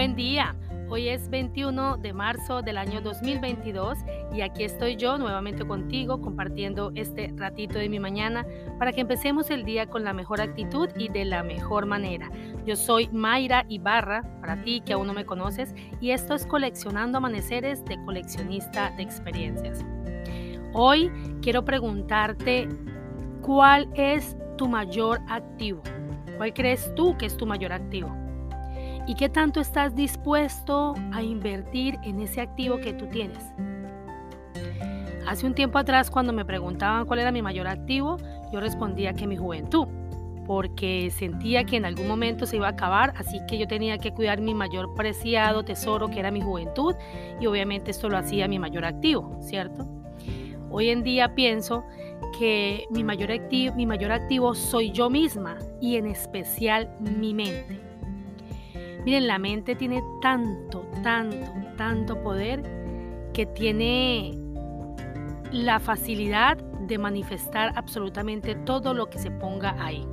buen día. Hoy es 21 de marzo del año 2022 y aquí estoy yo nuevamente contigo compartiendo este ratito de mi mañana para que empecemos el día con la mejor actitud y de la mejor manera. Yo soy Mayra Ibarra, para ti que aún no me conoces, y esto es Coleccionando Amaneceres de Coleccionista de Experiencias. Hoy quiero preguntarte, ¿cuál es tu mayor activo? ¿Cuál crees tú que es tu mayor activo? ¿Y qué tanto estás dispuesto a invertir en ese activo que tú tienes? Hace un tiempo atrás, cuando me preguntaban cuál era mi mayor activo, yo respondía que mi juventud, porque sentía que en algún momento se iba a acabar, así que yo tenía que cuidar mi mayor preciado tesoro, que era mi juventud, y obviamente esto lo hacía mi mayor activo, ¿cierto? Hoy en día pienso que mi mayor activo soy yo misma y en especial mi mente. Miren, la mente tiene tanto poder que tiene la facilidad de manifestar absolutamente todo lo que se ponga ahí.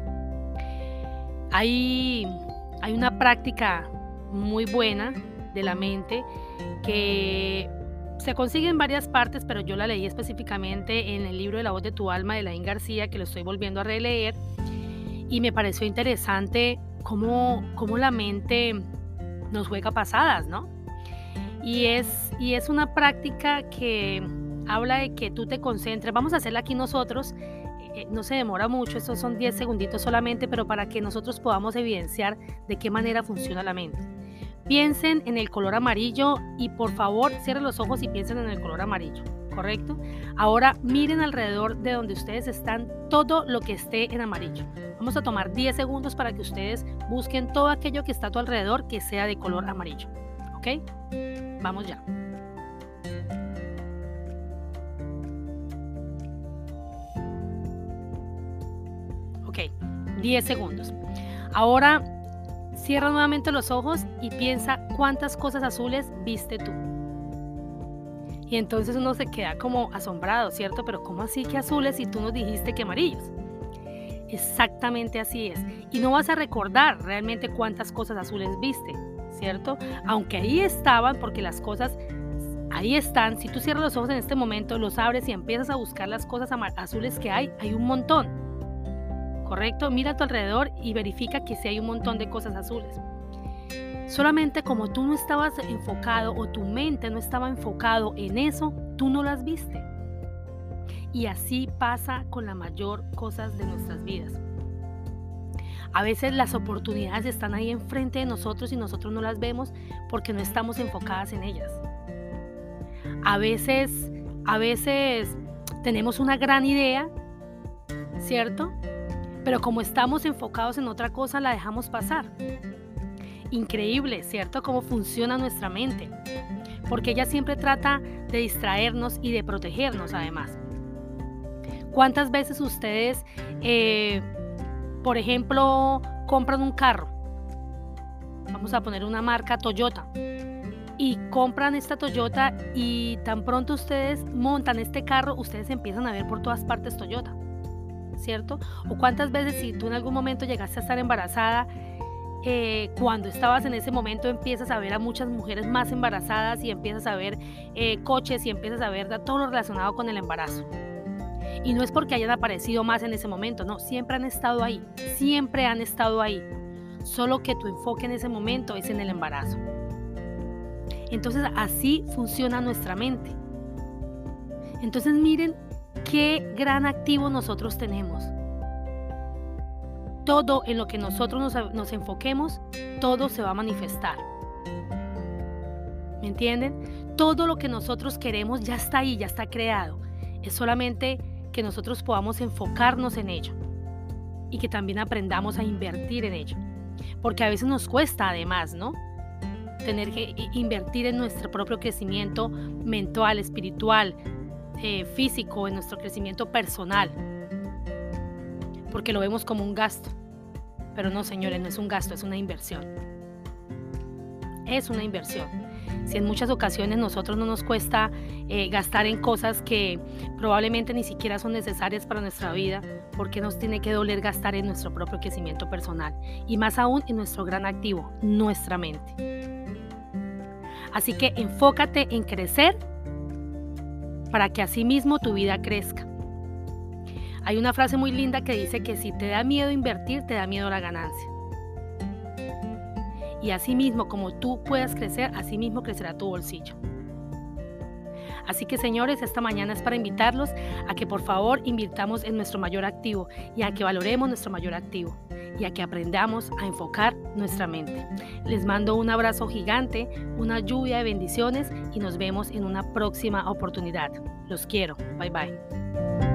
Hay una práctica muy buena de la mente que se consigue en varias partes, pero yo la leí específicamente en el libro de La voz de tu alma de Elaine García, que lo estoy volviendo a releer, y me pareció interesante cómo la mente nos juega pasadas, ¿no? Y es una práctica que habla de que tú te concentres. Vamos a hacerla aquí nosotros, no se demora mucho, estos son 10 segunditos solamente, pero para que nosotros podamos evidenciar de qué manera funciona la mente. Piensen en el color amarillo y por favor cierren los ojos y piensen en el color amarillo, ¿correcto? Ahora miren alrededor de donde ustedes están todo lo que esté en amarillo. Vamos a tomar 10 segundos para que ustedes busquen todo aquello que está a tu alrededor que sea de color amarillo, ¿ok? Vamos ya. Ok, 10 segundos. Ahora cierra nuevamente los ojos y piensa cuántas cosas azules viste tú. Y entonces uno se queda como asombrado, ¿cierto? Pero ¿cómo así que azules si tú nos dijiste que amarillos? Exactamente así es. Y no vas a recordar realmente cuántas cosas azules viste, ¿cierto? Aunque ahí estaban, porque las cosas ahí están. Si tú cierras los ojos en este momento, los abres y empiezas a buscar las cosas azules que hay un montón, ¿correcto? Mira a tu alrededor y verifica que sí hay un montón de cosas azules. Solamente como tú no estabas enfocado o tu mente no estaba enfocado en eso, tú no las viste. Y así pasa con la mayor cosas de nuestras vidas. A veces las oportunidades están ahí enfrente de nosotros y nosotros no las vemos porque no estamos enfocadas en ellas. A veces tenemos una gran idea, ¿cierto? Pero como estamos enfocados en otra cosa, la dejamos pasar. Increíble, ¿cierto? Cómo funciona nuestra mente. Porque ella siempre trata de distraernos y de protegernos además. ¿Cuántas veces ustedes, por ejemplo, compran un carro? Vamos a poner una marca Toyota. Y compran esta Toyota y tan pronto ustedes montan este carro, ustedes empiezan a ver por todas partes Toyota, ¿cierto? O cuántas veces si tú en algún momento llegaste a estar embarazada, cuando estabas en ese momento empiezas a ver a muchas mujeres más embarazadas y empiezas a ver coches y empiezas a ver todo lo relacionado con el embarazo. Y no es porque hayan aparecido más en ese momento, no, siempre han estado ahí, solo que tu enfoque en ese momento es en el embarazo. Entonces así funciona nuestra mente. Entonces miren qué gran activo nosotros tenemos. Todo en lo que nosotros nos enfoquemos, todo se va a manifestar. ¿Me entienden? Todo lo que nosotros queremos ya está ahí, ya está creado. Es solamente que nosotros podamos enfocarnos en ello y que también aprendamos a invertir en ello. Porque a veces nos cuesta además, ¿no? Tener que invertir en nuestro propio crecimiento mental, espiritual, físico, en nuestro crecimiento personal. Porque lo vemos como un gasto. Pero no, señores, no es un gasto, es una inversión. Es una inversión. Si en muchas ocasiones nosotros no nos cuesta gastar en cosas que probablemente ni siquiera son necesarias para nuestra vida, ¿por qué nos tiene que doler gastar en nuestro propio crecimiento personal? Y más aún en nuestro gran activo, nuestra mente. Así que enfócate en crecer para que así mismo tu vida crezca. Hay una frase muy linda que dice que si te da miedo invertir, te da miedo la ganancia. Y así mismo como tú puedas crecer, así mismo crecerá tu bolsillo. Así que, señores, esta mañana es para invitarlos a que por favor invirtamos en nuestro mayor activo y a que valoremos nuestro mayor activo y a que aprendamos a enfocar nuestra mente. Les mando un abrazo gigante, una lluvia de bendiciones y nos vemos en una próxima oportunidad. Los quiero. Bye bye.